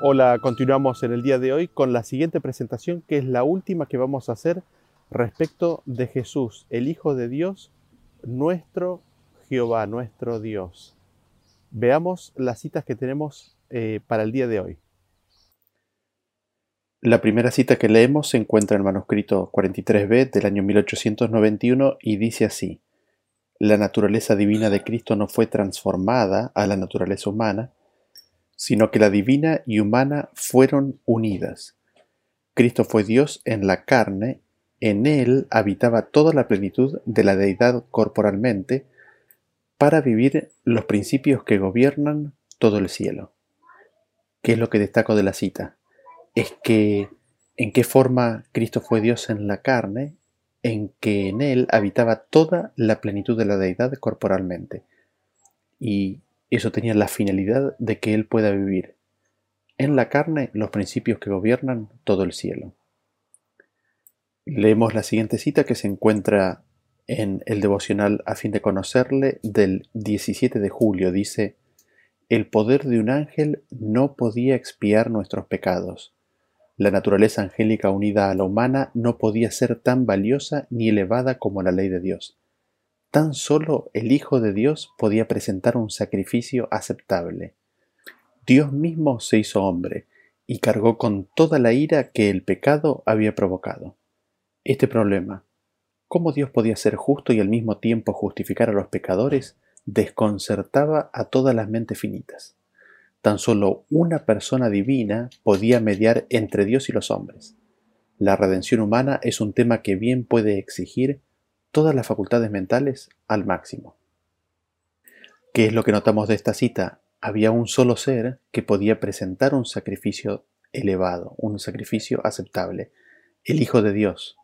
Hola, continuamos en el día de hoy con la siguiente presentación, que es la última que vamos a hacer respecto de Jesús, el Hijo de Dios, nuestro Jehová, nuestro Dios. Veamos las citas que tenemos para el día de hoy. La primera cita que leemos se encuentra en el manuscrito 43b del año 1891 y dice así: La naturaleza divina de Cristo no fue transformada a la naturaleza humana, sino que la divina y humana fueron unidas. Cristo fue Dios en la carne, en Él habitaba toda la plenitud de la deidad corporalmente, para vivir los principios que gobiernan todo el cielo. ¿Qué es lo que destaco de la cita? Es que en qué forma Cristo fue Dios en la carne, en que en Él habitaba toda la plenitud de la deidad corporalmente. Y eso tenía la finalidad de que Él pueda vivir en la carne los principios que gobiernan todo el cielo. Leemos la siguiente cita que se encuentra en el devocional A fin de conocerle del 17 de julio. Dice: El poder de un ángel no podía expiar nuestros pecados. La naturaleza angélica unida a la humana no podía ser tan valiosa ni elevada como la ley de Dios. Tan solo el Hijo de Dios podía presentar un sacrificio aceptable. Dios mismo se hizo hombre y cargó con toda la ira que el pecado había provocado. Este problema, ¿cómo Dios podía ser justo y al mismo tiempo justificar a los pecadores?, desconcertaba a todas las mentes finitas. Tan solo una persona divina podía mediar entre Dios y los hombres. La redención humana es un tema que bien puede exigir todas las facultades mentales al máximo. ¿Qué es lo que notamos de esta cita? Había un solo ser que podía presentar un sacrificio elevado, un sacrificio aceptable, el Hijo de Dios,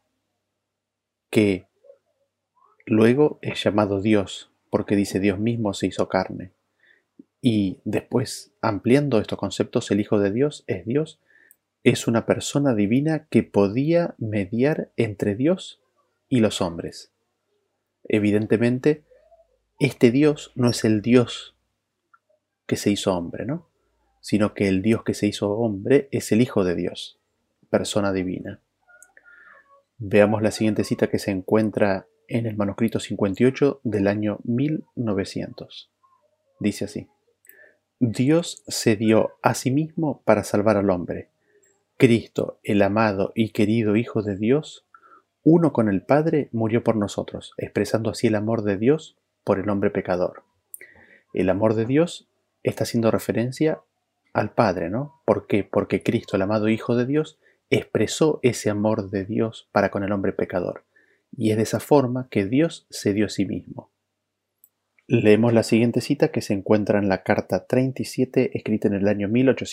que luego es llamado Dios, porque dice Dios mismo se hizo carne. Y después, ampliando estos conceptos, el Hijo de Dios, es una persona divina que podía mediar entre Dios y los hombres. Evidentemente, este Dios no es el Dios que se hizo hombre, ¿no? Sino que el Dios que se hizo hombre es el Hijo de Dios, persona divina. Veamos la siguiente cita que se encuentra en el manuscrito 58 del año 1900. Dice así: Dios se dio a sí mismo para salvar al hombre. Cristo, el amado y querido Hijo de Dios, uno con el Padre, murió por nosotros, expresando así el amor de Dios por el hombre pecador. El amor de Dios está haciendo referencia al Padre, ¿no? ¿Por qué? Porque Cristo, el amado Hijo de Dios, expresó ese amor de Dios para con el hombre pecador. Y es de esa forma que Dios se dio a sí mismo. Leemos la siguiente cita que se encuentra en la carta 37, escrita en el año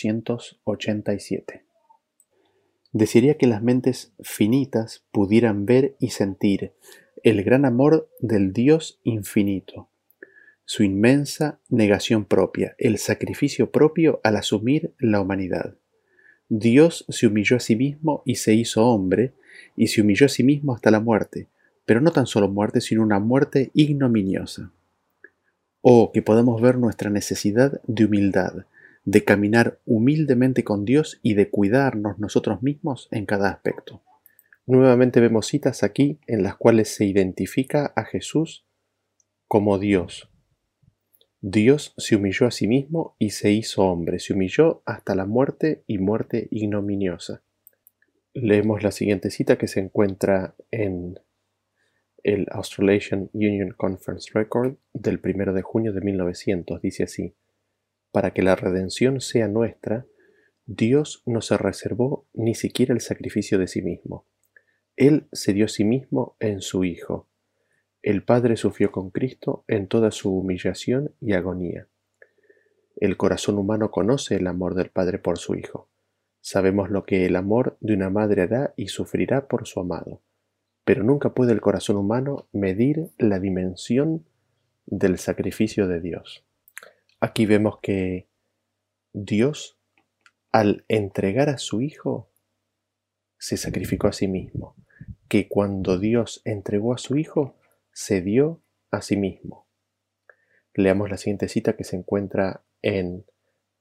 1887. Desearía que las mentes finitas pudieran ver y sentir el gran amor del Dios infinito, su inmensa negación propia, el sacrificio propio al asumir la humanidad. Dios se humilló a sí mismo y se hizo hombre, y se humilló a sí mismo hasta la muerte, pero no tan solo muerte, sino una muerte ignominiosa. Oh, que podamos ver nuestra necesidad de humildad, de caminar humildemente con Dios y de cuidarnos nosotros mismos en cada aspecto. Nuevamente vemos citas aquí en las cuales se identifica a Jesús como Dios. Dios se humilló a sí mismo y se hizo hombre, se humilló hasta la muerte y muerte ignominiosa. Leemos la siguiente cita que se encuentra en el Australasian Union Conference Record del 1 de junio de 1900. Dice así: Para que la redención sea nuestra, Dios no se reservó ni siquiera el sacrificio de sí mismo. Él se dio a sí mismo en su Hijo. El Padre sufrió con Cristo en toda su humillación y agonía. El corazón humano conoce el amor del Padre por su Hijo. Sabemos lo que el amor de una madre hará y sufrirá por su amado, pero nunca puede el corazón humano medir la dimensión del sacrificio de Dios. Aquí vemos que Dios, al entregar a su Hijo, se sacrificó a sí mismo, que cuando Dios entregó a su Hijo, se dio a sí mismo. Leamos la siguiente cita que se encuentra en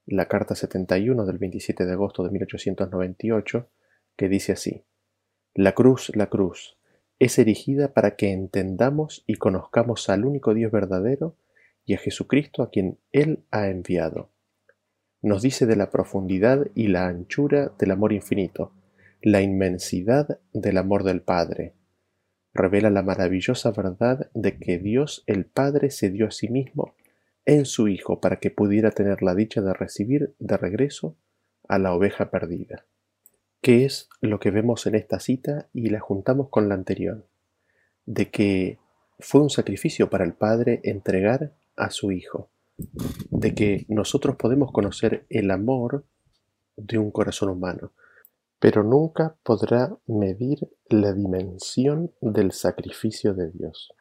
la carta 71 del 27 de agosto de 1898, que dice así: la cruz, es erigida para que entendamos y conozcamos al único Dios verdadero y a Jesucristo a quien Él ha enviado. Nos dice de la profundidad y la anchura del amor infinito, la inmensidad del amor del Padre. Revela la maravillosa verdad de que Dios el Padre se dio a sí mismo en su Hijo para que pudiera tener la dicha de recibir de regreso a la oveja perdida. ¿Qué es lo que vemos en esta cita y la juntamos con la anterior? De que fue un sacrificio para el Padre entregar a su Hijo, de que nosotros podemos conocer el amor de un corazón humano, pero nunca podrá medir la dimensión del sacrificio de Dios.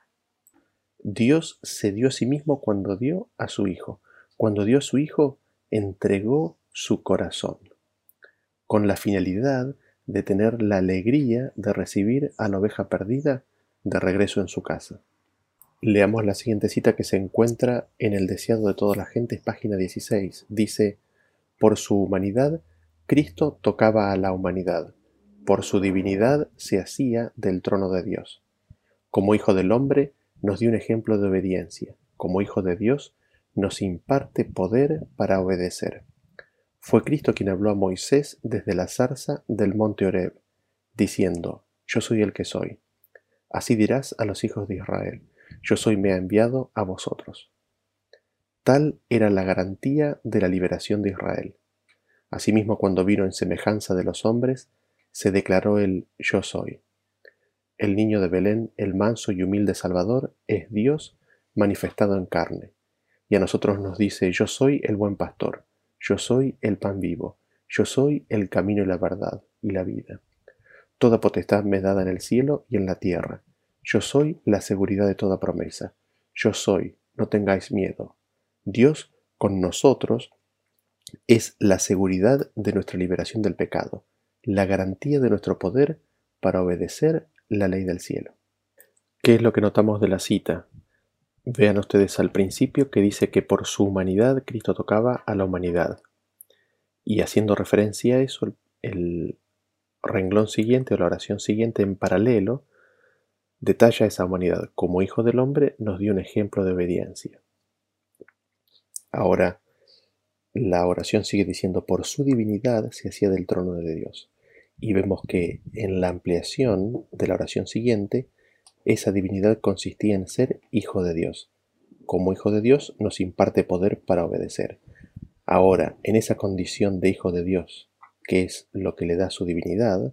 Dios se dio a sí mismo cuando dio a su Hijo. Cuando dio a su Hijo, entregó su corazón, con la finalidad de tener la alegría de recibir a la oveja perdida de regreso en su casa. Leamos la siguiente cita que se encuentra en El deseado de todas las gentes, página 16. Dice: por su humanidad, Cristo tocaba a la humanidad. Por su divinidad se hacía del trono de Dios. Como Hijo del Hombre, nos dio un ejemplo de obediencia. Como Hijo de Dios, nos imparte poder para obedecer. Fue Cristo quien habló a Moisés desde la zarza del monte Horeb, diciendo: yo soy el que soy. Así dirás a los hijos de Israel: yo soy me ha enviado a vosotros. Tal era la garantía de la liberación de Israel. Asimismo, cuando vino en semejanza de los hombres, se declaró el yo soy. El niño de Belén, el manso y humilde Salvador, es Dios manifestado en carne. Y a nosotros nos dice: yo soy el buen pastor, yo soy el pan vivo, yo soy el camino y la verdad y la vida. Toda potestad me es dada en el cielo y en la tierra. Yo soy la seguridad de toda promesa. Yo soy, no tengáis miedo. Dios con nosotros es la seguridad de nuestra liberación del pecado, la garantía de nuestro poder para obedecer la ley del cielo. ¿Qué es lo que notamos de la cita? Vean ustedes al principio que dice que por su humanidad Cristo tocaba a la humanidad. Y haciendo referencia a eso, el renglón siguiente o la oración siguiente en paralelo detalla esa humanidad. Como Hijo del Hombre nos dio un ejemplo de obediencia. Ahora, la oración sigue diciendo: por su divinidad se hacía del trono de Dios. Y vemos que en la ampliación de la oración siguiente, esa divinidad consistía en ser Hijo de Dios. Como Hijo de Dios nos imparte poder para obedecer. Ahora, en esa condición de Hijo de Dios, que es lo que le da su divinidad,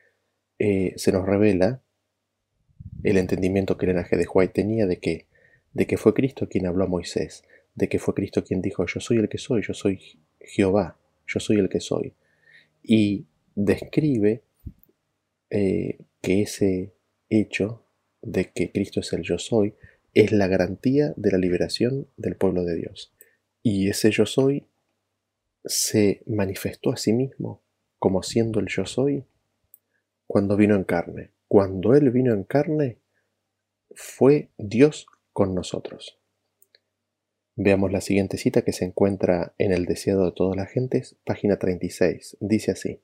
se nos revela el entendimiento que Elena G. de White tenía de que fue Cristo quien habló a Moisés, de que fue Cristo quien dijo: yo soy el que soy, yo soy Jehová, yo soy el que soy. Y describe que ese hecho de que Cristo es el yo soy es la garantía de la liberación del pueblo de Dios. Y ese yo soy se manifestó a sí mismo como siendo el yo soy cuando vino en carne. Cuando Él vino en carne, fue Dios con nosotros. Veamos la siguiente cita que se encuentra en El deseado de todas las gentes, página 36. Dice así: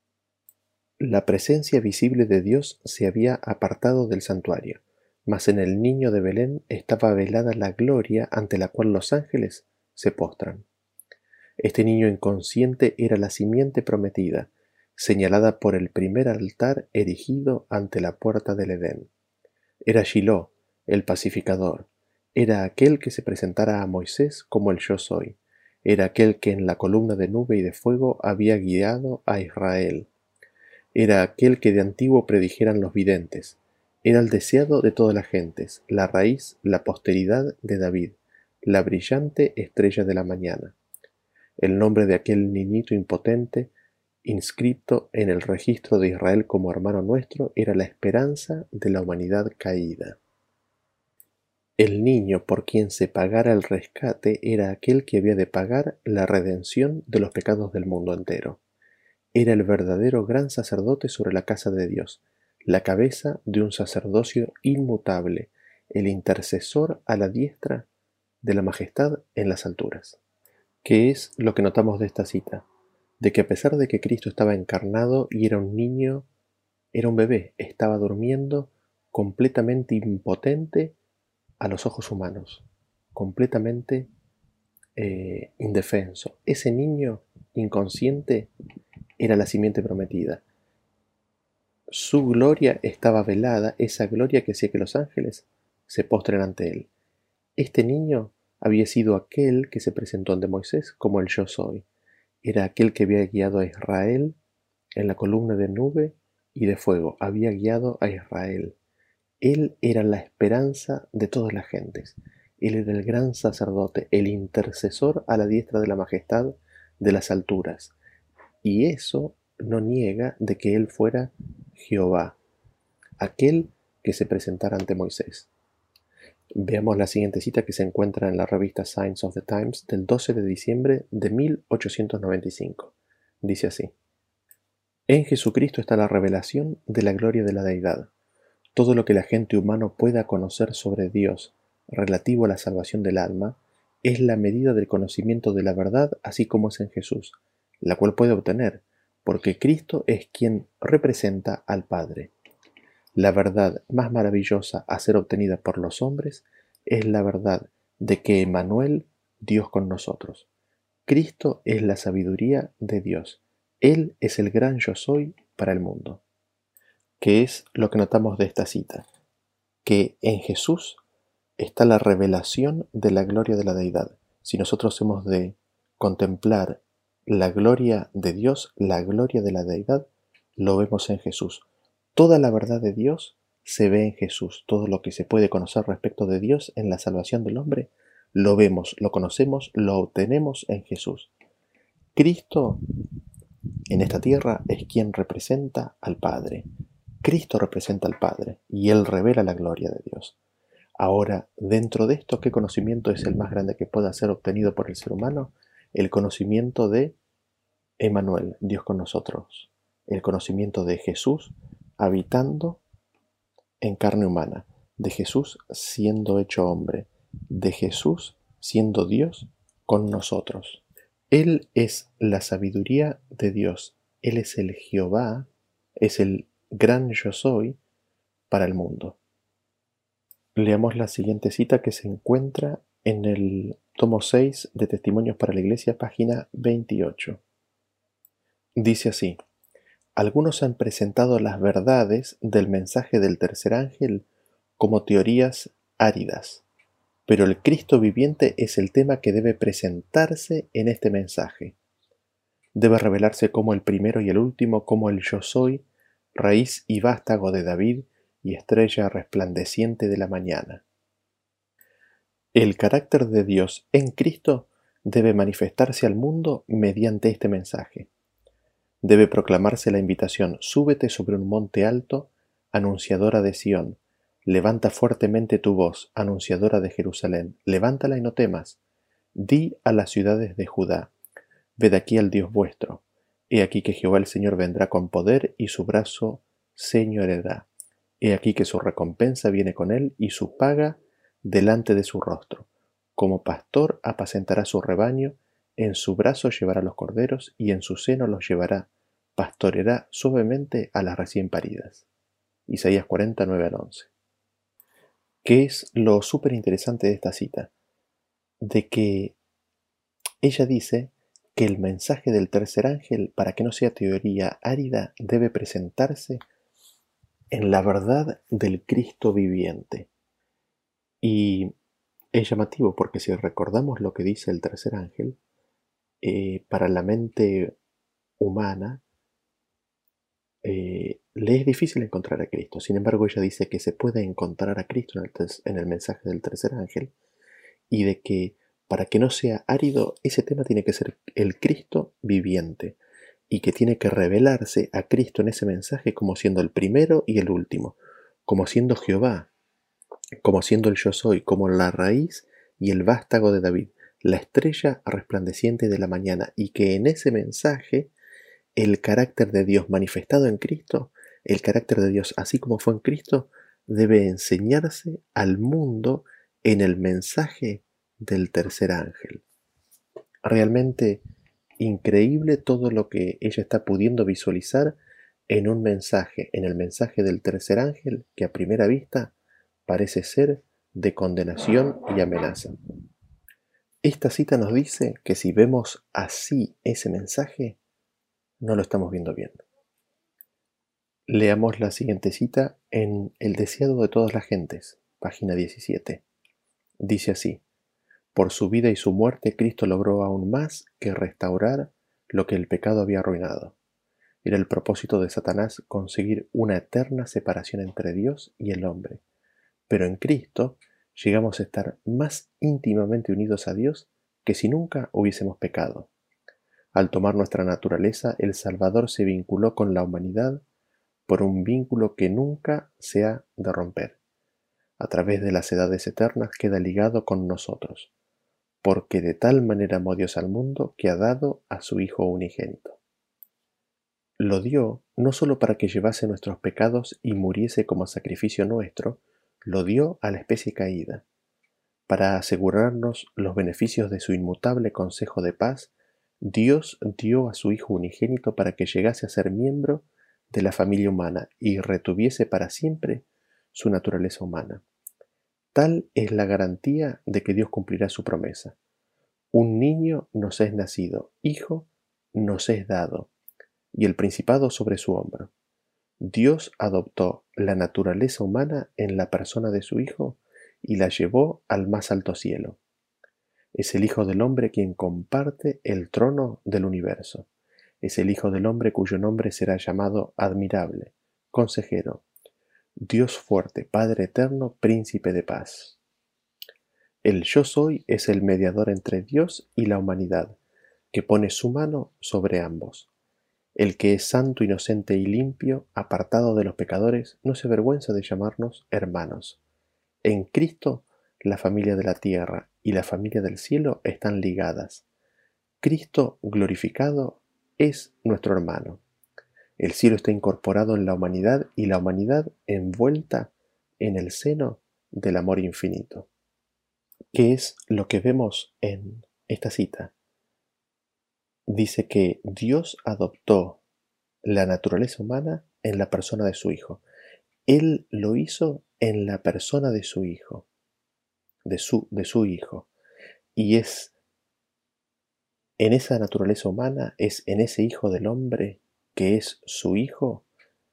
la presencia visible de Dios se había apartado del santuario, mas en el niño de Belén estaba velada la gloria ante la cual los ángeles se postran. Este niño inconsciente era la simiente prometida, señalada por el primer altar erigido ante la puerta del Edén. Era Shiloh, el pacificador. Era aquel que se presentara a Moisés como el yo soy. Era aquel que en la columna de nube y de fuego había guiado a Israel. Era aquel que de antiguo predijeran los videntes. Era el deseado de todas las gentes, la raíz, la posteridad de David, la brillante estrella de la mañana. El nombre de aquel niñito impotente, inscrito en el registro de Israel como hermano nuestro, era la esperanza de la humanidad caída. El niño por quien se pagara el rescate era aquel que había de pagar la redención de los pecados del mundo entero. Era el verdadero gran sacerdote sobre la casa de Dios, la cabeza de un sacerdocio inmutable, el intercesor a la diestra de la majestad en las alturas. ¿Qué es lo que notamos de esta cita? De que a pesar de que Cristo estaba encarnado y era un niño, era un bebé, estaba durmiendo completamente impotente a los ojos humanos, completamente indefenso. Ese niño inconsciente era la simiente prometida. Su gloria estaba velada, esa gloria que hacía que los ángeles se postren ante él. Este niño había sido aquel que se presentó ante Moisés como el Yo Soy. Era aquel que había guiado a Israel en la columna de nube y de fuego. Había guiado a Israel. Él era la esperanza de todas las gentes. Él era el gran sacerdote, el intercesor a la diestra de la majestad de las alturas. Y eso no niega de que él fuera Jehová, aquel que se presentara ante Moisés. Veamos la siguiente cita que se encuentra en la revista Signs of the Times del 12 de diciembre de 1895. Dice así: En Jesucristo está la revelación de la gloria de la deidad. Todo lo que la gente humano pueda conocer sobre Dios relativo a la salvación del alma es la medida del conocimiento de la verdad así como es en Jesús, la cual puede obtener, porque Cristo es quien representa al Padre. La verdad más maravillosa a ser obtenida por los hombres es la verdad de que Emmanuel, Dios con nosotros. Cristo es la sabiduría de Dios. Él es el gran yo soy para el mundo. ¿Qué es lo que notamos de esta cita? Que en Jesús está la revelación de la gloria de la deidad. Si nosotros hemos de contemplar la gloria de Dios, la gloria de la deidad, lo vemos en Jesús. Toda la verdad de Dios se ve en Jesús. Todo lo que se puede conocer respecto de Dios en la salvación del hombre, lo vemos, lo conocemos, lo obtenemos en Jesús. Cristo en esta tierra es quien representa al Padre. Cristo representa al Padre y Él revela la gloria de Dios. Ahora, dentro de esto, ¿qué conocimiento es el más grande que pueda ser obtenido por el ser humano? El conocimiento de Emmanuel, Dios con nosotros. El conocimiento de Jesús habitando en carne humana, de Jesús siendo hecho hombre, de Jesús siendo Dios con nosotros. Él es la sabiduría de Dios. Él es el Jehová, es el gran yo soy para el mundo. Leamos la siguiente cita que se encuentra en el tomo 6 de Testimonios para la Iglesia, página 28. Dice así: Algunos han presentado las verdades del mensaje del tercer ángel como teorías áridas, pero el Cristo viviente es el tema que debe presentarse en este mensaje. Debe revelarse como el primero y el último, como el yo soy, raíz y vástago de David y estrella resplandeciente de la mañana. El carácter de Dios en Cristo debe manifestarse al mundo mediante este mensaje. Debe proclamarse la invitación: súbete sobre un monte alto, anunciadora de Sión, levanta fuertemente tu voz, anunciadora de Jerusalén, levántala y no temas, di a las ciudades de Judá: ved aquí al Dios vuestro, he aquí que Jehová el Señor vendrá con poder y su brazo señoreará, he aquí que su recompensa viene con él y su paga delante de su rostro. Como pastor apacentará su rebaño, en su brazo llevará los corderos y en su seno los llevará, pastoreará suavemente a las recién paridas. Isaías 49 al 11. ¿Qué es lo súper interesante de esta cita? De que ella dice que el mensaje del tercer ángel, para que no sea teoría árida, debe presentarse en la verdad del Cristo viviente. Y es llamativo porque si recordamos lo que dice el tercer ángel, para la mente humana le es difícil encontrar a Cristo. Sin embargo, ella dice que se puede encontrar a Cristo en el mensaje del tercer ángel, y de que para que no sea árido, ese tema tiene que ser el Cristo viviente, y que tiene que revelarse a Cristo en ese mensaje como siendo el primero y el último, como siendo Jehová, como siendo el yo soy, como la raíz y el vástago de David, la estrella resplandeciente de la mañana, y que en ese mensaje el carácter de Dios manifestado en Cristo, el carácter de Dios así como fue en Cristo, debe enseñarse al mundo en el mensaje del tercer ángel. Realmente increíble todo lo que ella está pudiendo visualizar en un mensaje, en el mensaje del tercer ángel, que a primera vista parece ser de condenación y amenaza. Esta cita nos dice que si vemos así ese mensaje, no lo estamos viendo bien. Leamos la siguiente cita en El deseado de todas las gentes, página 17. Dice así: por su vida y su muerte, Cristo logró aún más que restaurar lo que el pecado había arruinado. Era el propósito de Satanás conseguir una eterna separación entre Dios y el hombre. Pero en Cristo llegamos a estar más íntimamente unidos a Dios que si nunca hubiésemos pecado. Al tomar nuestra naturaleza, el Salvador se vinculó con la humanidad por un vínculo que nunca se ha de romper. A través de las edades eternas queda ligado con nosotros, porque de tal manera amó Dios al mundo que ha dado a su Hijo unigénito. Lo dio no solo para que llevase nuestros pecados y muriese como sacrificio nuestro, lo dio a la especie caída, para asegurarnos los beneficios de su inmutable consejo de paz. Dios dio a su Hijo unigénito para que llegase a ser miembro de la familia humana y retuviese para siempre su naturaleza humana. Tal es la garantía de que Dios cumplirá su promesa. Un niño nos es nacido, hijo nos es dado, y el principado sobre su hombro. Dios adoptó la naturaleza humana en la persona de su Hijo y la llevó al más alto cielo. Es el Hijo del Hombre quien comparte el trono del universo. Es el Hijo del Hombre cuyo nombre será llamado admirable, consejero, Dios fuerte, Padre eterno, príncipe de paz. El Yo Soy es el mediador entre Dios y la humanidad, que pone su mano sobre ambos. El que es santo, inocente y limpio, apartado de los pecadores, no se avergüenza de llamarnos hermanos. En Cristo, la familia de la tierra y la familia del cielo están ligadas. Cristo glorificado es nuestro hermano. El cielo está incorporado en la humanidad y la humanidad envuelta en el seno del amor infinito. ¿Qué es lo que vemos en esta cita? Dice que Dios adoptó la naturaleza humana en la persona de su Hijo. Él lo hizo en la persona de su Hijo, de su Hijo. Y es en esa naturaleza humana, es en ese Hijo del Hombre, que es su Hijo,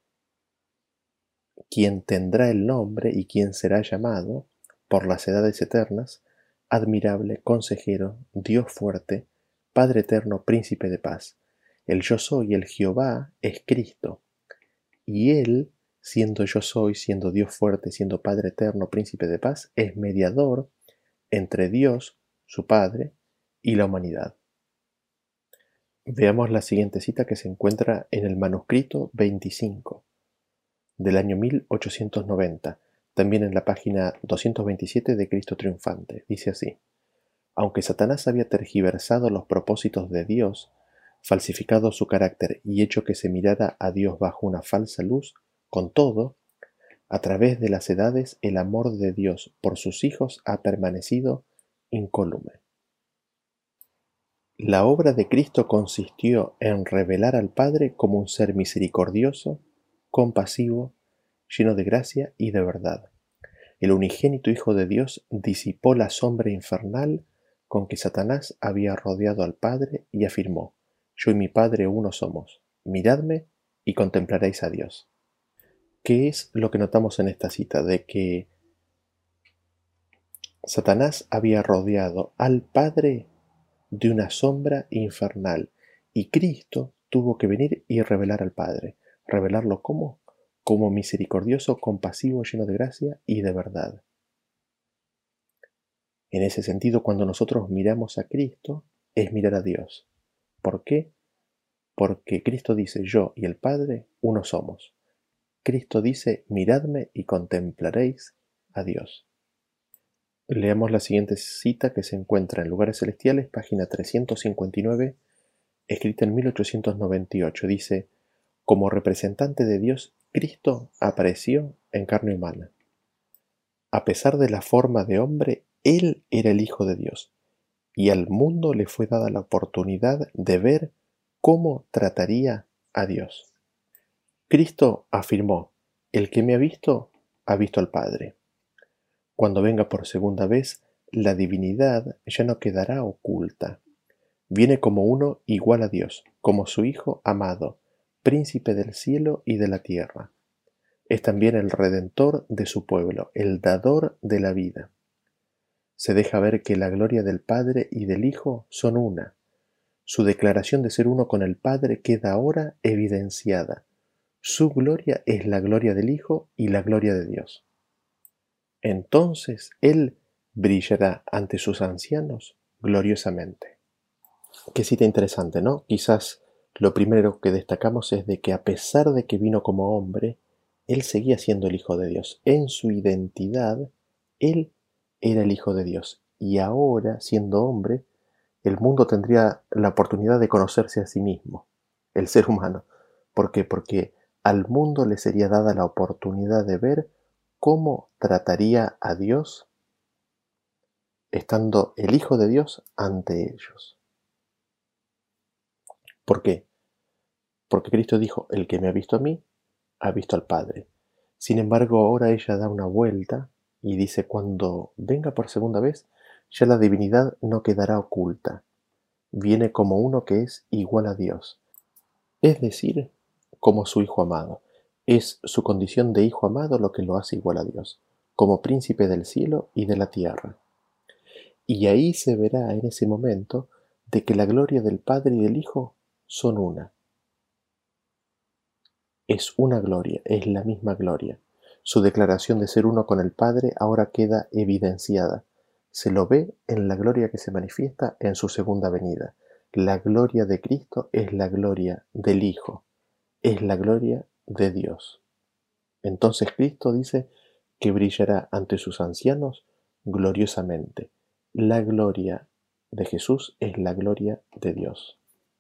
quien tendrá el nombre y quien será llamado, por las edades eternas, admirable, consejero, Dios fuerte, Padre eterno, príncipe de paz. El Yo Soy, el Jehová, es Cristo. Y Él, siendo Yo Soy, siendo Dios fuerte, siendo Padre eterno, príncipe de paz, es mediador entre Dios, su Padre, y la humanidad. Veamos la siguiente cita que se encuentra en el manuscrito 25 del año 1890, también en la página 227 de Cristo Triunfante. Dice así: aunque Satanás había tergiversado los propósitos de Dios, falsificado su carácter y hecho que se mirara a Dios bajo una falsa luz, con todo, a través de las edades el amor de Dios por sus hijos ha permanecido incólume. La obra de Cristo consistió en revelar al Padre como un ser misericordioso, compasivo, lleno de gracia y de verdad. El unigénito Hijo de Dios disipó la sombra infernal con que Satanás había rodeado al Padre y afirmó: yo y mi Padre uno somos, miradme y contemplaréis a Dios. ¿Qué es lo que notamos en esta cita? De que Satanás había rodeado al Padre de una sombra infernal y Cristo tuvo que venir y revelar al Padre. ¿Revelarlo cómo? Como misericordioso, compasivo, lleno de gracia y de verdad. En ese sentido, cuando nosotros miramos a Cristo, es mirar a Dios. ¿Por qué? Porque Cristo dice: yo y el Padre uno somos. Cristo dice: miradme y contemplaréis a Dios. Leamos la siguiente cita que se encuentra en Lugares Celestiales, página 359, escrita en 1898. Dice: como representante de Dios, Cristo apareció en carne humana. A pesar de la forma de hombre, Él era el Hijo de Dios. y al mundo le fue dada la oportunidad de ver cómo trataría a Dios. Cristo afirmó: el que me ha visto al Padre. Cuando venga por segunda vez, la divinidad ya no quedará oculta. Viene como uno igual a Dios, como su Hijo amado, príncipe del cielo y de la tierra. Es también el redentor de su pueblo, el dador de la vida. Se deja ver que la gloria del Padre y del Hijo son una. Su declaración de ser uno con el Padre queda ahora evidenciada. Su gloria es la gloria del Hijo y la gloria de Dios. Entonces Él brillará ante sus ancianos gloriosamente. Qué cita interesante, ¿no? Quizás lo primero que destacamos es de que a pesar de que vino como hombre, Él seguía siendo el Hijo de Dios. En su identidad, Él era el Hijo de Dios. Y ahora, siendo hombre, el mundo tendría la oportunidad de conocerse a sí mismo, el ser humano. ¿Por qué? Porque al mundo le sería dada la oportunidad de ver cómo trataría a Dios estando el Hijo de Dios ante ellos. ¿Por qué? Porque Cristo dijo: el que me ha visto a mí, ha visto al Padre. Sin embargo, ahora ella da una vuelta y dice: cuando venga por segunda vez, ya la divinidad no quedará oculta. Viene como uno que es igual a Dios, es decir, como su Hijo amado. Es su condición de Hijo amado lo que lo hace igual a Dios, como príncipe del cielo y de la tierra. Y ahí se verá en ese momento de que la gloria del Padre y del Hijo son una. Es una gloria, es la misma gloria. Su declaración de ser uno con el Padre ahora queda evidenciada. Se lo ve en la gloria que se manifiesta en su segunda venida. La gloria de Cristo es la gloria del Hijo, es la gloria de Dios. Entonces Cristo dice que brillará ante sus ancianos gloriosamente. La gloria de Jesús es la gloria de Dios.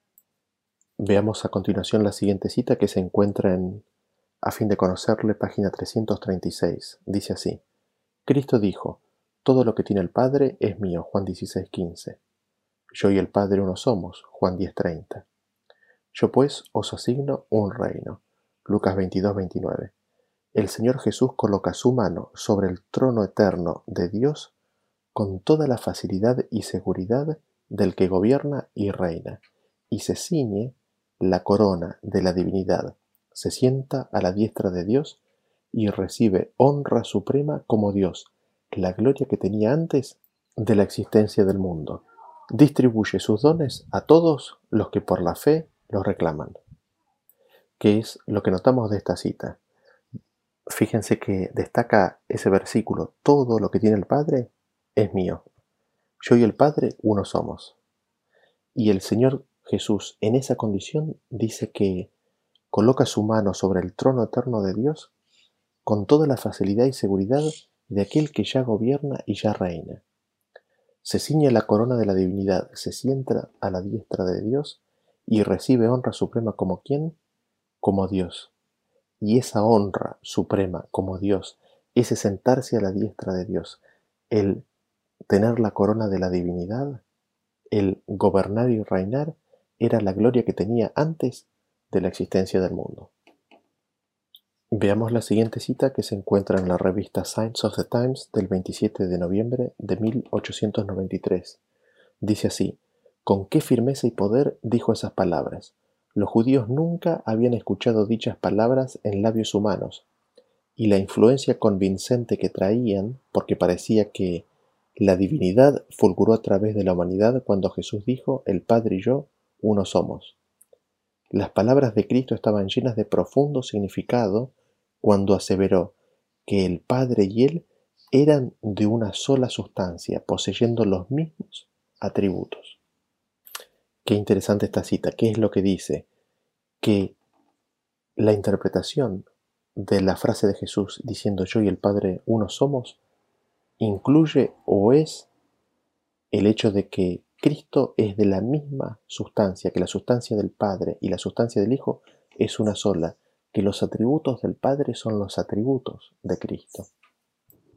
Veamos a continuación la siguiente cita que se encuentra en A fin de conocerle, página 336. Dice así: Cristo dijo: todo lo que tiene el Padre es mío, Juan 16:15. Yo y el Padre uno somos, Juan 10:30. Yo pues os asigno un reino, Lucas 22:29. El Señor Jesús coloca su mano sobre el trono eterno de Dios con toda la facilidad y seguridad del que gobierna y reina, y se ciñe la corona de la divinidad, se sienta a la diestra de Dios y recibe honra suprema como Dios, la gloria que tenía antes de la existencia del mundo. Distribuye sus dones a todos los que por la fe los reclaman. ¿Qué es lo que notamos de esta cita? Fíjense que destaca ese versículo: todo lo que tiene el Padre es mío. Yo y el Padre uno somos. Y el Señor Jesús en esa condición dice que coloca su mano sobre el trono eterno de Dios con toda la facilidad y seguridad de aquel que ya gobierna y ya reina. Se ciñe la corona de la divinidad, se sienta a la diestra de Dios y recibe honra suprema como ¿quién? Como Dios. Y esa honra suprema como Dios, ese sentarse a la diestra de Dios, el tener la corona de la divinidad, el gobernar y reinar, era la gloria que tenía antes de la existencia del mundo. Veamos la siguiente cita que se encuentra en la revista Signs of the Times del 27 de noviembre de 1893. Dice así: con qué firmeza y poder dijo esas palabras. Los judíos nunca habían escuchado dichas palabras en labios humanos, y la influencia convincente que traían, porque parecía que la divinidad fulguró a través de la humanidad cuando Jesús dijo: el Padre y yo uno somos. Las palabras de Cristo estaban llenas de profundo significado cuando aseveró que el Padre y Él eran de una sola sustancia, poseyendo los mismos atributos. Qué interesante esta cita. ¿Qué es lo que dice? Que la interpretación de la frase de Jesús diciendo yo y el Padre uno somos incluye o es el hecho de que Cristo es de la misma sustancia, que la sustancia del Padre y la sustancia del Hijo es una sola, que los atributos del Padre son los atributos de Cristo.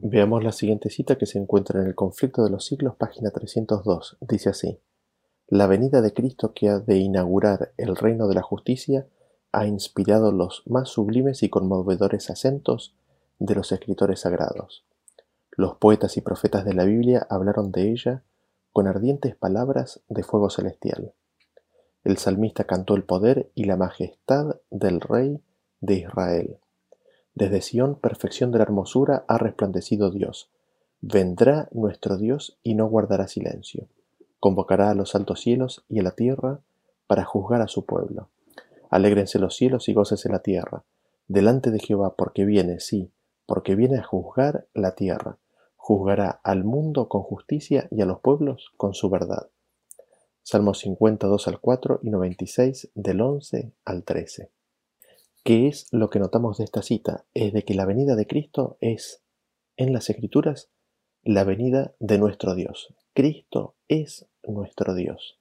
Veamos la siguiente cita que se encuentra en el Conflicto de los Siglos, página 302. Dice así: La venida de Cristo que ha de inaugurar el reino de la justicia ha inspirado los más sublimes y conmovedores acentos de los escritores sagrados. Los poetas y profetas de la Biblia hablaron de ella con ardientes palabras de fuego celestial. El salmista cantó el poder y la majestad del Rey de Israel. Desde Sión, perfección de la hermosura, ha resplandecido Dios. Vendrá nuestro Dios y no guardará silencio. Convocará a los altos cielos y a la tierra para juzgar a su pueblo. Alégrense los cielos y gócese la tierra, delante de Jehová, porque viene, sí, porque viene a juzgar la tierra. Juzgará al mundo con justicia y a los pueblos con su verdad. Salmos 52 al 4 y 96 del 11 al 13. ¿Qué es lo que notamos de esta cita? Es de que la venida de Cristo es, en las Escrituras, la venida de nuestro Dios. Cristo es nuestro Dios.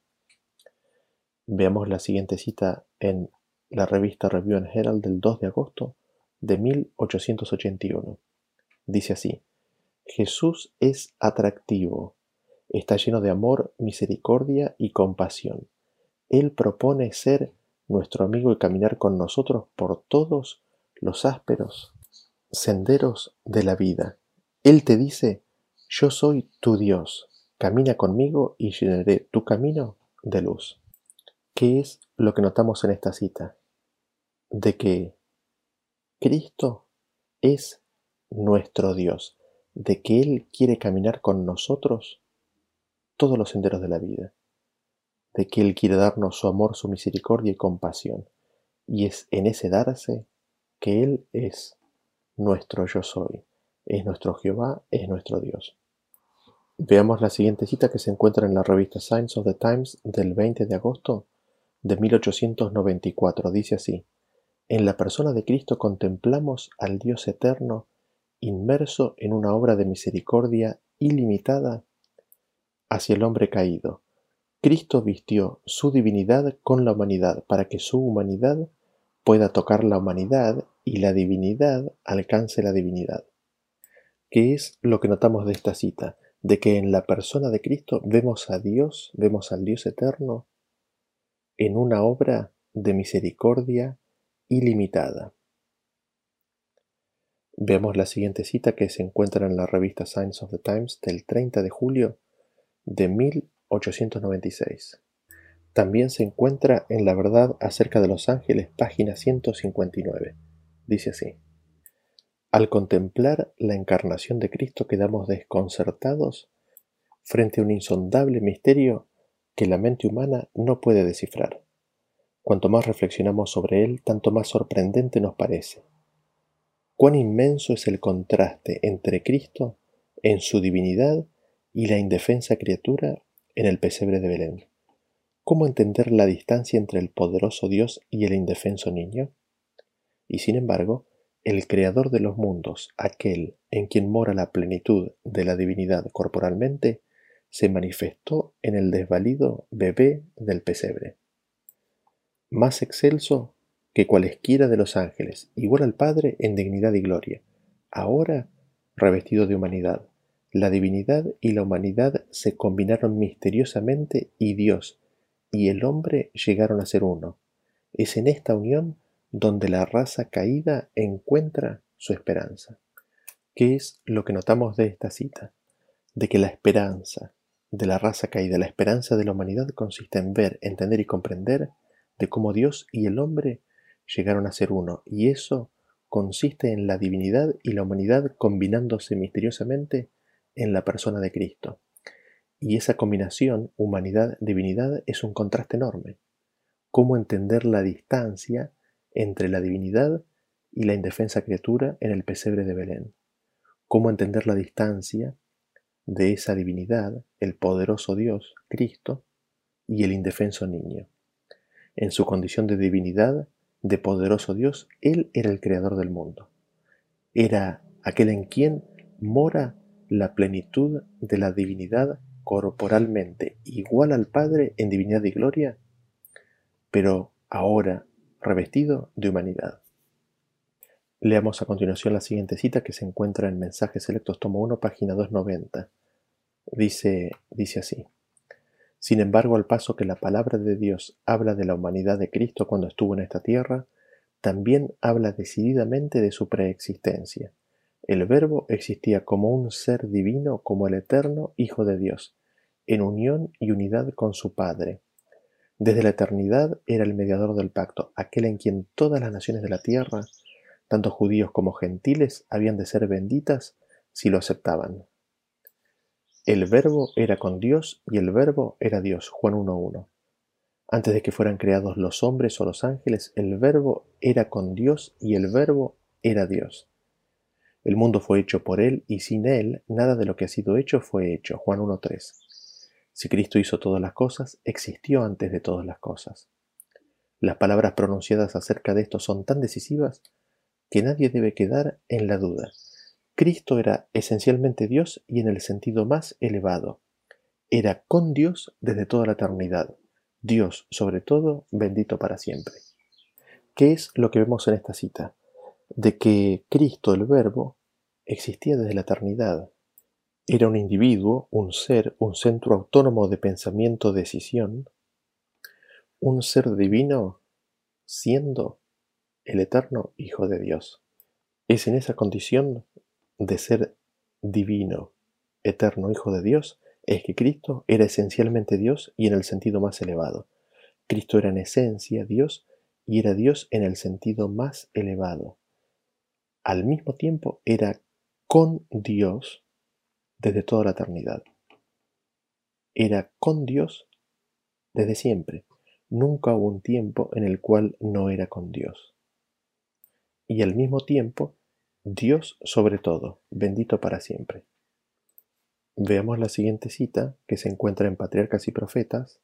Veamos la siguiente cita en la revista Review and Herald del 2 de agosto de 1881. Dice así: Jesús es atractivo, está lleno de amor, misericordia y compasión. Él propone ser nuestro amigo y caminar con nosotros por todos los ásperos senderos de la vida. Él te dice: yo soy tu Dios, camina conmigo y llenaré tu camino de luz. ¿Qué es lo que notamos en esta cita? De que Cristo es nuestro Dios, de que Él quiere caminar con nosotros todos los senderos de la vida, de que Él quiere darnos su amor, su misericordia y compasión. Y es en ese darse que Él es nuestro yo soy, es nuestro Jehová, es nuestro Dios. Veamos la siguiente cita que se encuentra en la revista Signs of the Times del 20 de agosto de 1894. Dice así: En la persona de Cristo contemplamos al Dios eterno inmerso en una obra de misericordia ilimitada hacia el hombre caído. Cristo vistió su divinidad con la humanidad para que su humanidad pueda tocar la humanidad y la divinidad alcance la divinidad. ¿Qué es lo que notamos de esta cita? De que en la persona de Cristo vemos a Dios, vemos al Dios eterno en una obra de misericordia ilimitada. Veamos la siguiente cita que se encuentra en la revista Signs of the Times del 30 de julio de 1896. También se encuentra en La verdad acerca de los ángeles, página 159. Dice así: Al contemplar la encarnación de Cristo quedamos desconcertados frente a un insondable misterio que la mente humana no puede descifrar. Cuanto más reflexionamos sobre él, tanto más sorprendente nos parece. Cuán inmenso es el contraste entre Cristo en su divinidad y la indefensa criatura en el pesebre de Belén. ¿Cómo entender la distancia entre el poderoso Dios y el indefenso niño? Y sin embargo, el Creador de los mundos, aquel en quien mora la plenitud de la divinidad corporalmente, se manifestó en el desvalido bebé del pesebre. Más excelso que cualesquiera de los ángeles, igual al Padre en dignidad y gloria, ahora revestido de humanidad. La divinidad y la humanidad se combinaron misteriosamente y Dios y el hombre llegaron a ser uno. Es en esta unión donde la raza caída encuentra su esperanza. ¿Qué es lo que notamos de esta cita? De que la esperanza de la raza caída, la esperanza de la humanidad consiste en ver, entender y comprender de cómo Dios y el hombre llegaron a ser uno, y eso consiste en la divinidad y la humanidad combinándose misteriosamente en la persona de Cristo. Y esa combinación, humanidad-divinidad, es un contraste enorme. ¿Cómo entender la distancia entre la divinidad y la indefensa criatura en el pesebre de Belén? ¿Cómo entender la distancia de esa divinidad, el poderoso Dios, Cristo, y el indefenso niño? En su condición de divinidad, de poderoso Dios, Él era el creador del mundo. Era aquel en quien mora la plenitud de la divinidad corporalmente, igual al Padre en divinidad y gloria, pero ahora revestido de humanidad. Leamos a continuación la siguiente cita que se encuentra en Mensajes Selectos, tomo 1, página 290. Dice así: Sin embargo, al paso que la palabra de Dios habla de la humanidad de Cristo cuando estuvo en esta tierra, también habla decididamente de su preexistencia. El Verbo existía como un ser divino, como el eterno Hijo de Dios, en unión y unidad con su Padre. Desde la eternidad era el mediador del pacto, aquel en quien todas las naciones de la tierra, tanto judíos como gentiles, habían de ser benditas si lo aceptaban. El Verbo era con Dios y el Verbo era Dios. Juan 1:1. Antes de que fueran creados los hombres o los ángeles, el Verbo era con Dios y el Verbo era Dios. El mundo fue hecho por Él y sin Él nada de lo que ha sido hecho fue hecho. Juan 1:3. Si Cristo hizo todas las cosas, existió antes de todas las cosas. Las palabras pronunciadas acerca de esto son tan decisivas que nadie debe quedar en la duda. Cristo era esencialmente Dios y en el sentido más elevado. Era con Dios desde toda la eternidad. Dios, sobre todo, bendito para siempre. ¿Qué es lo que vemos en esta cita? De que Cristo, el Verbo, existía desde la eternidad. Era un individuo, un ser, un centro autónomo de pensamiento-decisión, un ser divino siendo el eterno Hijo de Dios. Es en esa condición de ser divino, eterno Hijo de Dios, es que Cristo era esencialmente Dios y en el sentido más elevado. Cristo era en esencia Dios y era Dios en el sentido más elevado. Al mismo tiempo era con Dios desde toda la eternidad. Era con Dios desde siempre. Nunca hubo un tiempo en el cual no era con Dios. Y al mismo tiempo, Dios sobre todo, bendito para siempre. Veamos la siguiente cita que se encuentra en Patriarcas y Profetas,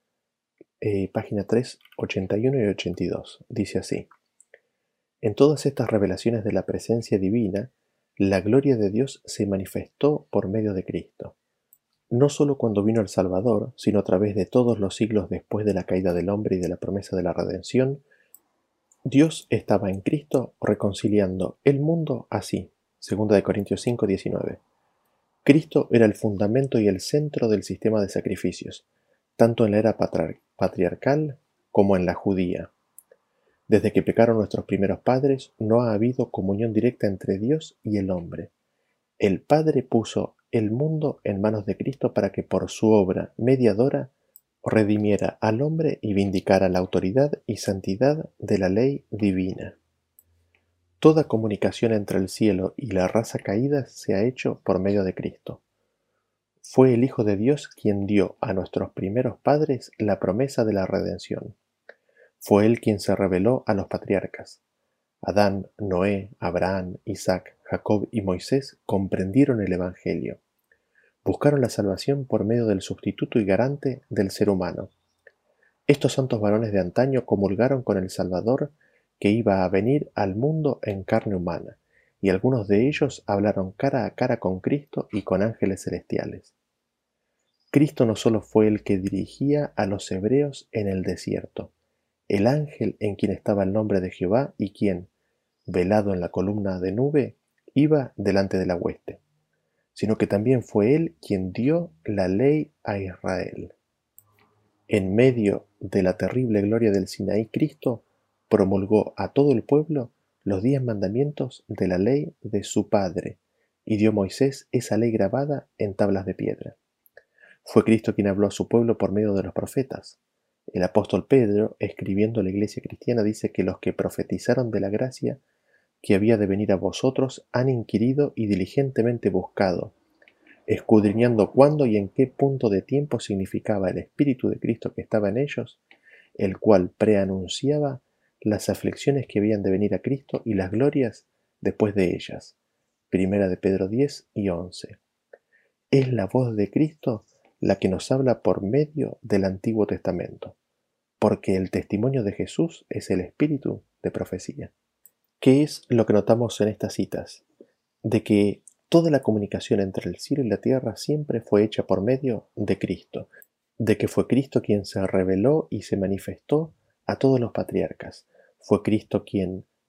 página 3, 81 y 82. Dice así: En todas estas revelaciones de la presencia divina, la gloria de Dios se manifestó por medio de Cristo. No solo cuando vino el Salvador, sino a través de todos los siglos después de la caída del hombre y de la promesa de la redención, Dios estaba en Cristo reconciliando el mundo así. 2 Corintios 5, 19. Cristo era el fundamento y el centro del sistema de sacrificios, tanto en la era patriarcal como en la judía. Desde que pecaron nuestros primeros padres, no ha habido comunión directa entre Dios y el hombre. El Padre puso el mundo en manos de Cristo para que por su obra mediadora redimiera al hombre y vindicara la autoridad y santidad de la ley divina. Toda comunicación entre el cielo y la raza caída se ha hecho por medio de Cristo. Fue el Hijo de Dios quien dio a nuestros primeros padres la promesa de la redención. Fue Él quien se reveló a los patriarcas. Adán, Noé, Abraham, Isaac, Jacob y Moisés comprendieron el Evangelio. Buscaron la salvación por medio del sustituto y garante del ser humano. Estos santos varones de antaño comulgaron con el Salvador que iba a venir al mundo en carne humana, y algunos de ellos hablaron cara a cara con Cristo y con ángeles celestiales. Cristo no solo fue el que dirigía a los hebreos en el desierto, el ángel en quien estaba el nombre de Jehová y quien, velado en la columna de nube, iba delante de la hueste, sino que también fue Él quien dio la ley a Israel. En medio de la terrible gloria del Sinaí, Cristo promulgó a todo el pueblo los 10 mandamientos de la ley de su Padre, y dio a Moisés esa ley grabada en tablas de piedra. Fue Cristo quien habló a su pueblo por medio de los profetas. El apóstol Pedro, escribiendo a la iglesia cristiana, dice que los que profetizaron de la gracia que había de venir a vosotros han inquirido y diligentemente buscado, escudriñando cuándo y en qué punto de tiempo significaba el Espíritu de Cristo que estaba en ellos, el cual preanunciaba las aflicciones que habían de venir a Cristo y las glorias después de ellas. Primera de Pedro 10 y 11. Es la voz de Cristo la que nos habla por medio del Antiguo Testamento, porque el testimonio de Jesús es el espíritu de profecía. ¿Qué es lo que notamos en estas citas? De que toda la comunicación entre el cielo y la tierra siempre fue hecha por medio de Cristo, de que fue Cristo quien se reveló y se manifestó a todos los patriarcas, fue Cristo quien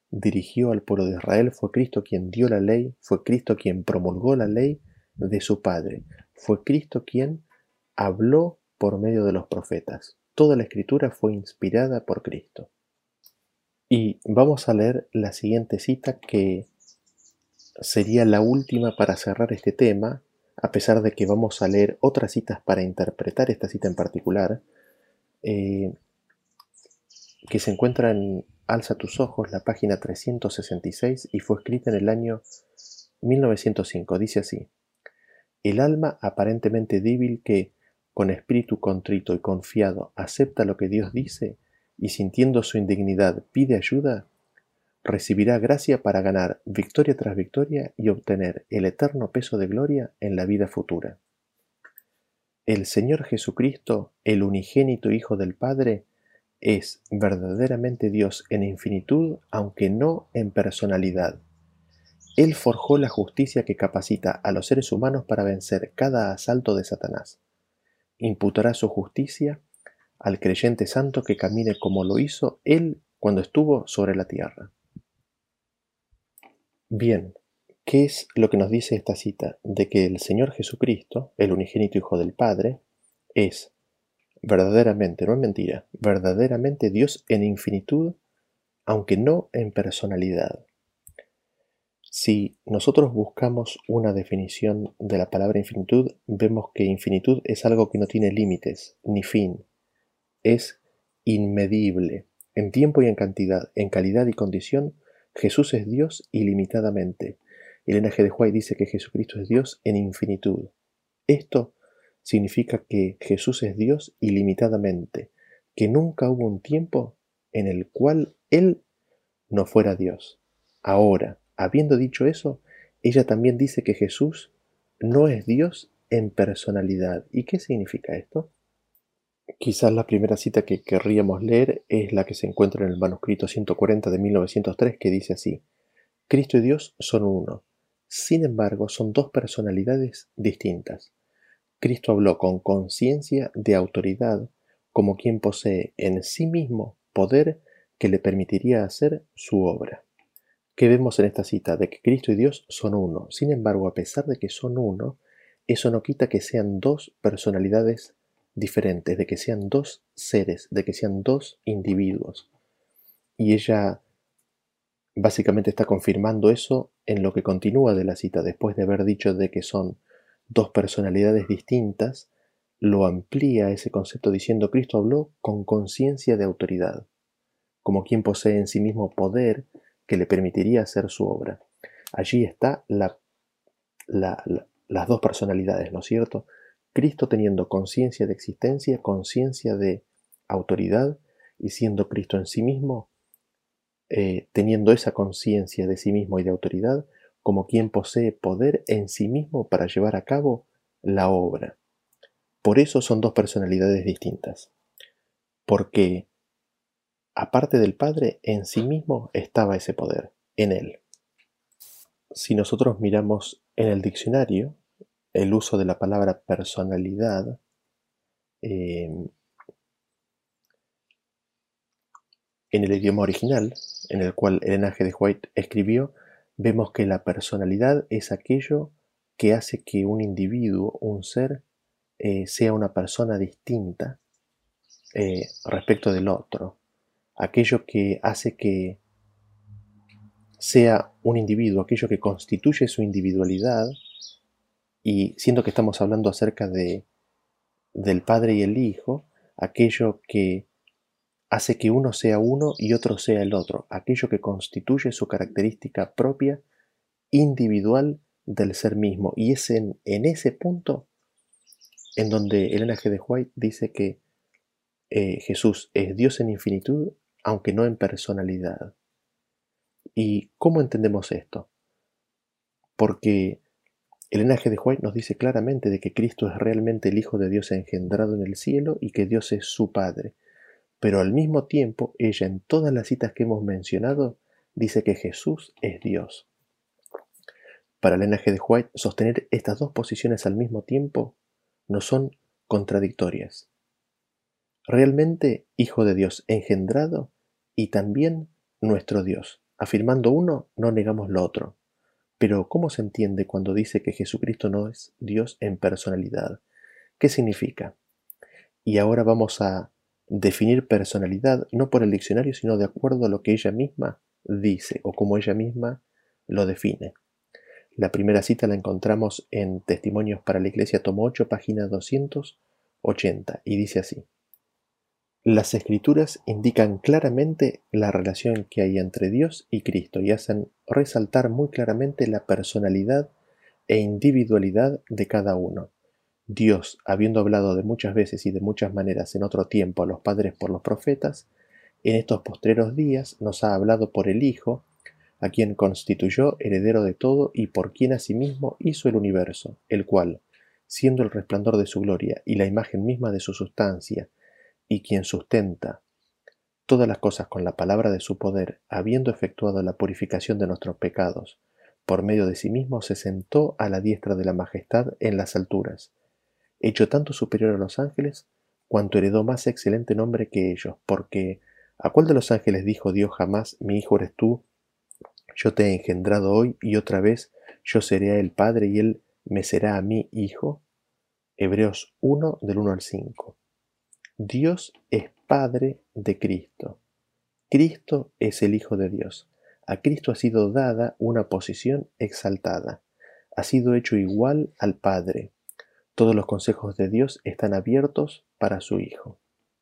dirigió al pueblo de Israel, fue Cristo quien dio la ley, fue Cristo quien promulgó la ley de su Padre, fue Cristo quien habló por medio de los profetas. Toda la escritura fue inspirada por Cristo. Y vamos a leer la siguiente cita, que sería la última para cerrar este tema, a pesar de que vamos a leer otras citas para interpretar esta cita en particular, que se encuentra en Alza tus ojos, la página 366, y fue escrita en el año 1905. Dice así: el alma aparentemente débil que, con espíritu contrito y confiado, acepta lo que Dios dice y sintiendo su indignidad pide ayuda, recibirá gracia para ganar victoria tras victoria y obtener el eterno peso de gloria en la vida futura. El Señor Jesucristo, el unigénito Hijo del Padre, es verdaderamente Dios en infinitud, aunque no en personalidad. Él forjó la justicia que capacita a los seres humanos para vencer cada asalto de Satanás. Imputará su justicia al creyente santo que camine como lo hizo Él cuando estuvo sobre la tierra. Bien, ¿qué es lo que nos dice esta cita? De que el Señor Jesucristo, el unigénito Hijo del Padre, es verdaderamente, no es mentira, verdaderamente Dios en infinitud, aunque no en personalidad. Si nosotros buscamos una definición de la palabra infinitud, vemos que infinitud es algo que no tiene límites ni fin, es inmedible. En tiempo y en cantidad, en calidad y condición, Jesús es Dios ilimitadamente. Elena G. de White dice que Jesucristo es Dios en infinitud. Esto significa que Jesús es Dios ilimitadamente, que nunca hubo un tiempo en el cual Él no fuera Dios. Ahora, habiendo dicho eso, ella también dice que Jesús no es Dios en personalidad. ¿Y qué significa esto? Quizás la primera cita que querríamos leer es la que se encuentra en el manuscrito 140 de 1903, que dice así: Cristo y Dios son uno. Sin embargo, son dos personalidades distintas. Cristo habló con conciencia de autoridad, como quien posee en sí mismo poder que le permitiría hacer su obra. ¿Qué vemos en esta cita? De que Cristo y Dios son uno. Sin embargo, a pesar de que son uno, eso no quita que sean dos personalidades diferentes, de que sean dos seres, de que sean dos individuos. Y ella básicamente está confirmando eso en lo que continúa de la cita. Después de haber dicho de que son dos personalidades distintas, lo amplía ese concepto diciendo: Cristo habló con conciencia de autoridad, como quien posee en sí mismo poder que le permitiría hacer su obra. Allí está las dos personalidades, ¿no es cierto? Cristo teniendo conciencia de existencia, conciencia de autoridad, y siendo Cristo en sí mismo, teniendo esa conciencia de sí mismo y de autoridad, como quien posee poder en sí mismo para llevar a cabo la obra. Por eso son dos personalidades distintas, porque aparte del Padre, en sí mismo estaba ese poder, en Él. Si nosotros miramos en el diccionario el uso de la palabra personalidad, en el idioma original, en el cual Elena G. de White escribió, vemos que la personalidad es aquello que hace que un individuo, un ser, sea una persona distinta respecto del otro. Aquello que hace que sea un individuo, aquello que constituye su individualidad, y siendo que estamos hablando acerca del Padre y el Hijo, aquello que hace que uno sea uno y otro sea el otro, aquello que constituye su característica propia, individual del ser mismo. Y es en ese punto en donde Elena G. de White dice que Jesús es Dios en infinitud, aunque no en personalidad. ¿Y cómo entendemos esto? Porque Elena G. de White nos dice claramente de que Cristo es realmente el Hijo de Dios engendrado en el cielo y que Dios es su Padre. Pero al mismo tiempo, ella en todas las citas que hemos mencionado dice que Jesús es Dios. Para Elena G. de White, sostener estas dos posiciones al mismo tiempo no son contradictorias. Realmente Hijo de Dios engendrado y también nuestro Dios. Afirmando uno, no negamos lo otro. Pero ¿cómo se entiende cuando dice que Jesucristo no es Dios en personalidad? ¿Qué significa? Y ahora vamos a definir personalidad no por el diccionario, sino de acuerdo a lo que ella misma dice o como ella misma lo define. La primera cita la encontramos en Testimonios para la Iglesia, tomo 8, página 280, y dice así: las Escrituras indican claramente la relación que hay entre Dios y Cristo y hacen resaltar muy claramente la personalidad e individualidad de cada uno. Dios, habiendo hablado de muchas veces y de muchas maneras en otro tiempo a los padres por los profetas, en estos postreros días nos ha hablado por el Hijo, a quien constituyó heredero de todo y por quien asimismo hizo el universo, el cual, siendo el resplandor de su gloria y la imagen misma de su sustancia, y quien sustenta todas las cosas con la palabra de su poder, habiendo efectuado la purificación de nuestros pecados, por medio de sí mismo se sentó a la diestra de la majestad en las alturas, hecho tanto superior a los ángeles, cuanto heredó más excelente nombre que ellos, porque ¿a cuál de los ángeles dijo Dios jamás, mi hijo eres tú, yo te he engendrado hoy, y otra vez yo seré a él padre y él me será a mí hijo? Hebreos 1, del 1 al 5. Dios es Padre de Cristo. Cristo es el Hijo de Dios. A Cristo ha sido dada una posición exaltada. Ha sido hecho igual al Padre. Todos los consejos de Dios están abiertos para su Hijo.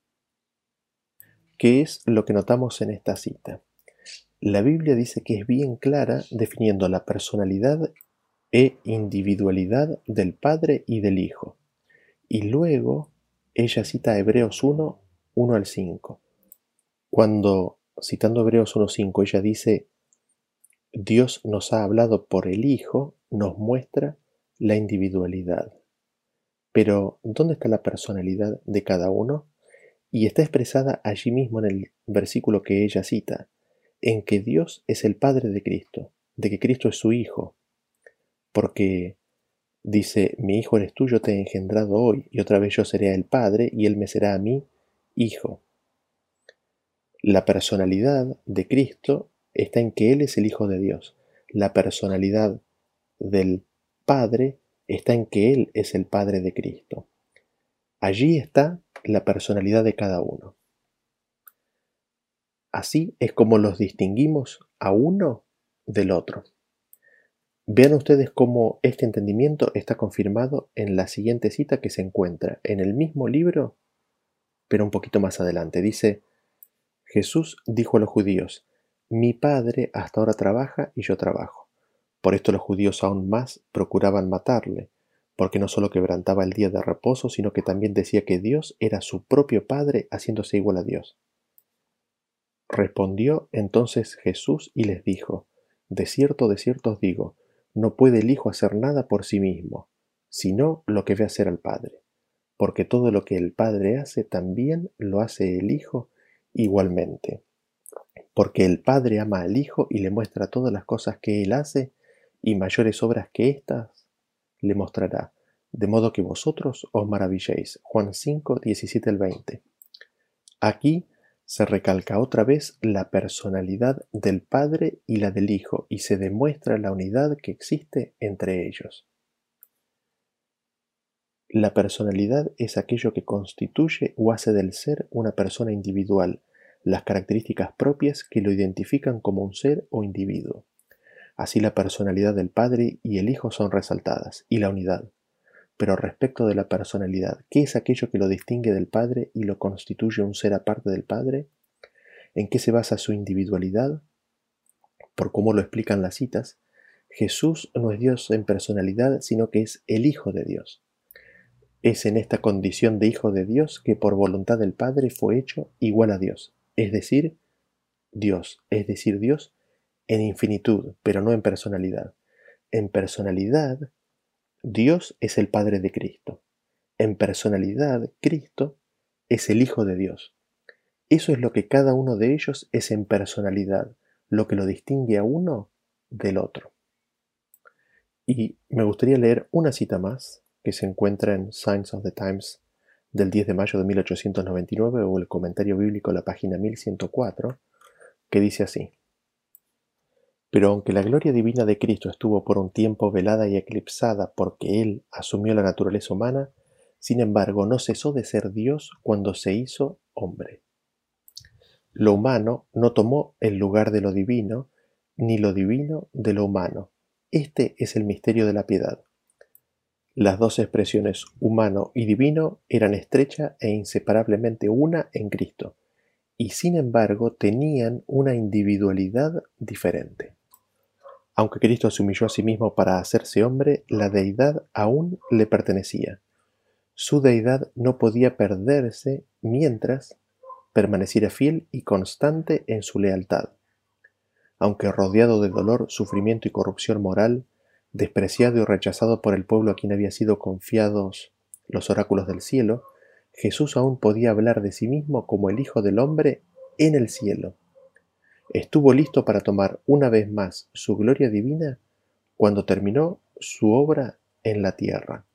¿Qué es lo que notamos en esta cita? La Biblia dice que es bien clara definiendo la personalidad e individualidad del Padre y del Hijo. Y luego ella cita Hebreos 1, 1 al 5. Cuando, citando Hebreos 1:5, ella dice, Dios nos ha hablado por el Hijo, nos muestra la individualidad. Pero, ¿dónde está la personalidad de cada uno? Y está expresada allí mismo en el versículo que ella cita, en que Dios es el Padre de Cristo, de que Cristo es su Hijo, porque dice, mi Hijo eres tú, yo te he engendrado hoy, y otra vez yo seré el Padre, y Él me será a mí Hijo. La personalidad de Cristo está en que Él es el Hijo de Dios. La personalidad del Padre está en que Él es el Padre de Cristo. Allí está la personalidad de cada uno. Así es como los distinguimos a uno del otro. Vean ustedes cómo este entendimiento está confirmado en la siguiente cita que se encuentra en el mismo libro, pero un poquito más adelante. Dice, Jesús dijo a los judíos, mi Padre hasta ahora trabaja y yo trabajo. Por esto los judíos aún más procuraban matarle, porque no solo quebrantaba el día de reposo, sino que también decía que Dios era su propio Padre haciéndose igual a Dios. Respondió entonces Jesús y les dijo, de cierto os digo, no puede el Hijo hacer nada por sí mismo, sino lo que ve hacer al Padre, porque todo lo que el Padre hace también lo hace el Hijo igualmente. Porque el Padre ama al Hijo y le muestra todas las cosas que Él hace, y mayores obras que éstas le mostrará, de modo que vosotros os maravilléis. Juan 5, 17 al 20. Aquí se recalca otra vez la personalidad del Padre y la del Hijo, y se demuestra la unidad que existe entre ellos. La personalidad es aquello que constituye o hace del ser una persona individual, las características propias que lo identifican como un ser o individuo. Así la personalidad del Padre y el Hijo son resaltadas, y la unidad. Pero respecto de la personalidad, ¿qué es aquello que lo distingue del Padre y lo constituye un ser aparte del Padre? ¿En qué se basa su individualidad? Por cómo lo explican las citas, Jesús no es Dios en personalidad, sino que es el Hijo de Dios. Es en esta condición de Hijo de Dios que por voluntad del Padre fue hecho igual a Dios, es decir Dios en infinitud, pero no en personalidad. En personalidad, Dios es el Padre de Cristo. En personalidad, Cristo es el Hijo de Dios. Eso es lo que cada uno de ellos es en personalidad, lo que lo distingue a uno del otro. Y me gustaría leer una cita más que se encuentra en Signs of the Times del 10 de mayo de 1899 o el comentario bíblico a la página 1104, que dice así. Pero aunque la gloria divina de Cristo estuvo por un tiempo velada y eclipsada porque Él asumió la naturaleza humana, sin embargo no cesó de ser Dios cuando se hizo hombre. Lo humano no tomó el lugar de lo divino, ni lo divino de lo humano. Este es el misterio de la piedad. Las dos expresiones humano y divino eran estrecha e inseparablemente una en Cristo, y sin embargo tenían una individualidad diferente. Aunque Cristo se humilló a sí mismo para hacerse hombre, la deidad aún le pertenecía. Su deidad no podía perderse mientras permaneciera fiel y constante en su lealtad. Aunque rodeado de dolor, sufrimiento y corrupción moral, despreciado y rechazado por el pueblo a quien había sido confiados los oráculos del cielo, Jesús aún podía hablar de sí mismo como el Hijo del Hombre en el cielo. Estuvo listo para tomar una vez más su gloria divina cuando terminó su obra en la tierra.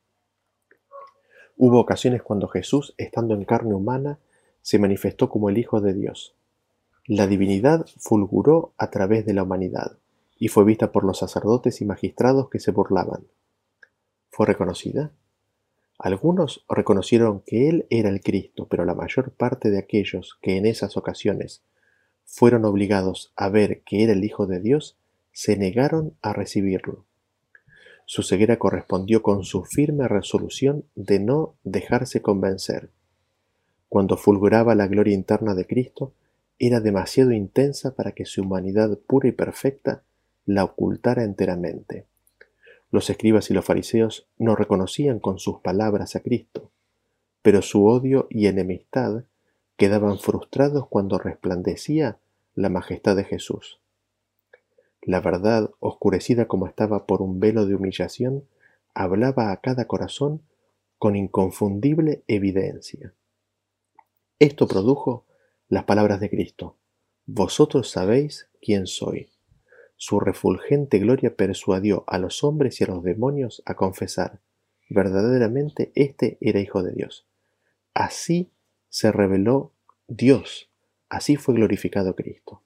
Hubo ocasiones cuando Jesús, estando en carne humana, se manifestó como el Hijo de Dios. La divinidad fulguró a través de la humanidad y fue vista por los sacerdotes y magistrados que se burlaban. ¿Fue reconocida? Algunos reconocieron que Él era el Cristo, pero la mayor parte de aquellos que en esas ocasiones fueron obligados a ver que era el Hijo de Dios, se negaron a recibirlo. Su ceguera correspondió con su firme resolución de no dejarse convencer. Cuando fulguraba la gloria interna de Cristo, era demasiado intensa para que su humanidad pura y perfecta la ocultara enteramente. Los escribas y los fariseos no reconocían con sus palabras a Cristo, pero su odio y enemistad quedaban frustrados cuando resplandecía la majestad de Jesús. La verdad, oscurecida como estaba por un velo de humillación, hablaba a cada corazón con inconfundible evidencia. Esto produjo las palabras de Cristo: «Vosotros sabéis quién soy». Su refulgente gloria persuadió a los hombres y a los demonios a confesar: verdaderamente este era Hijo de Dios. Así se reveló Dios, así fue glorificado Cristo.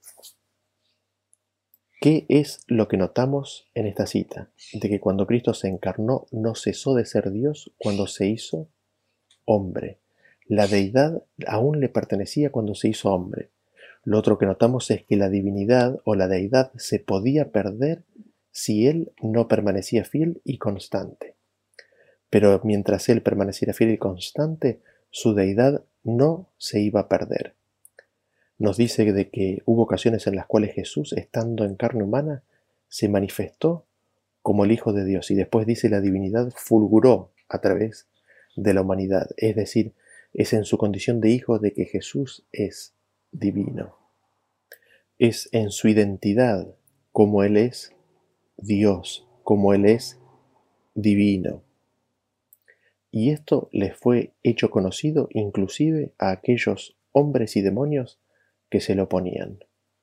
¿Qué es lo que notamos en esta cita? De que cuando Cristo se encarnó no cesó de ser Dios cuando se hizo hombre. La deidad aún le pertenecía cuando se hizo hombre. Lo otro que notamos es que la divinidad o la deidad se podía perder si Él no permanecía fiel y constante. Pero mientras Él permaneciera fiel y constante, su deidad no se iba a perder. Nos dice de que hubo ocasiones en las cuales Jesús, estando en carne humana, se manifestó como el Hijo de Dios, y después dice la divinidad fulguró a través de la humanidad, es decir, es en su condición de Hijo de que Jesús es divino. Es en su identidad como Él es Dios, como Él es divino. Y esto les fue hecho conocido inclusive a aquellos hombres y demonios que se le oponían.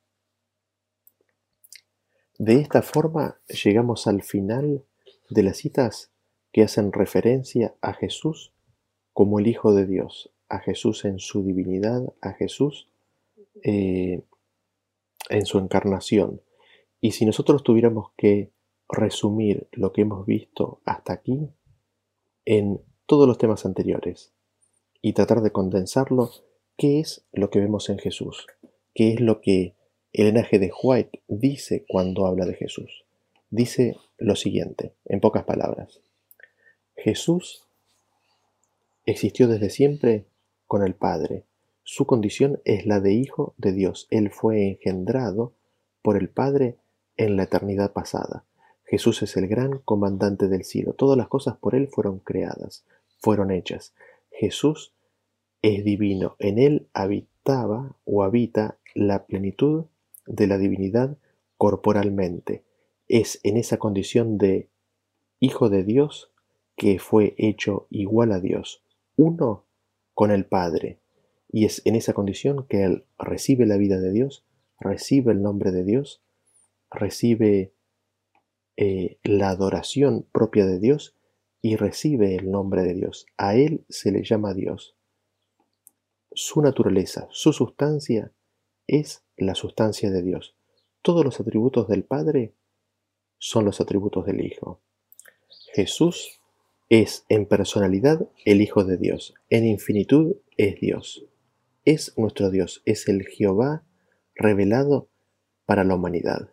De esta forma llegamos al final de las citas que hacen referencia a Jesús como el Hijo de Dios, a Jesús en su divinidad, a Jesús en su encarnación. Y si nosotros tuviéramos que resumir lo que hemos visto hasta aquí en todos los temas anteriores y tratar de condensarlo, ¿qué es lo que vemos en Jesús? ¿Qué es lo que Elena G. de White dice cuando habla de Jesús? Dice lo siguiente, en pocas palabras: Jesús existió desde siempre con el Padre. Su condición es la de Hijo de Dios. Él fue engendrado por el Padre en la eternidad pasada. Jesús es el gran comandante del cielo. Todas las cosas por Él fueron creadas, fueron hechas. Jesús es divino. En Él habitaba o habita la plenitud de la divinidad corporalmente. Es en esa condición de Hijo de Dios que fue hecho igual a Dios, uno con el Padre. Y es en esa condición que Él recibe la vida de Dios, recibe el nombre de Dios, recibe la adoración propia de Dios y recibe el nombre de Dios. A Él se le llama Dios. Su naturaleza, su sustancia, es la sustancia de Dios. Todos los atributos del Padre son los atributos del Hijo. Jesús es en personalidad el Hijo de Dios, en infinitud es Dios. Es nuestro Dios, es el Jehová revelado para la humanidad.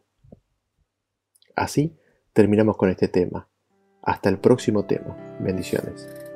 Así terminamos con este tema. Hasta el próximo tema. Bendiciones.